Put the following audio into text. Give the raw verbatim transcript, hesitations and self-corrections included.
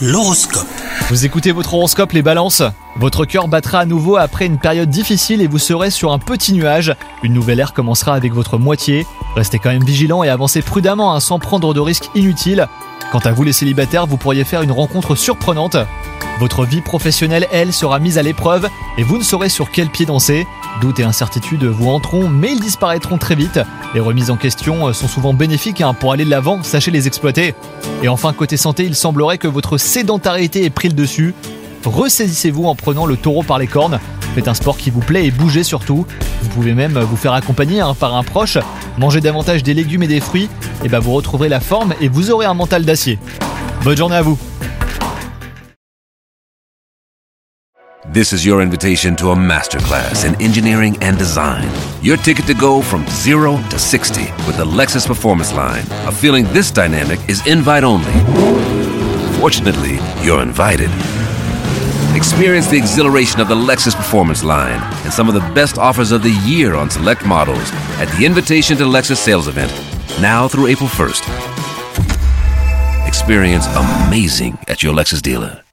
L'horoscope. Vous écoutez votre horoscope les balances. Votre cœur battra à nouveau après une période difficile et vous serez sur un petit nuage. Une nouvelle ère commencera avec votre moitié. Restez quand même vigilant et avancez prudemment hein, sans prendre de risques inutiles. Quant à vous les célibataires, vous pourriez faire une rencontre surprenante. Votre vie professionnelle, elle, sera mise à l'épreuve et vous ne saurez sur quel pied danser. Doutes et incertitudes vous hanteront, mais ils disparaîtront très vite. Les remises en question sont souvent bénéfiques hein, pour aller de l'avant, sachez les exploiter. Et enfin, côté santé, il semblerait que votre sédentarité ait pris le dessus. Ressaisissez-vous en prenant le taureau par les cornes. Faites un sport qui vous plaît et bougez surtout. Vous pouvez même vous faire accompagner hein, par un proche. Mangez davantage des légumes et des fruits, et bah vous retrouverez la forme et vous aurez un mental d'acier. Bonne journée à vous. This is your invitation to a masterclass in engineering and design. Your ticket to go from zero to sixty with the Lexus Performance Line. A feeling this dynamic is invite only. Fortunately, you're invited. Experience the exhilaration of the Lexus Performance Line and some of the best offers of the year on select models at the Invitation to Lexus sales event, now through April first. Experience amazing at your Lexus dealer.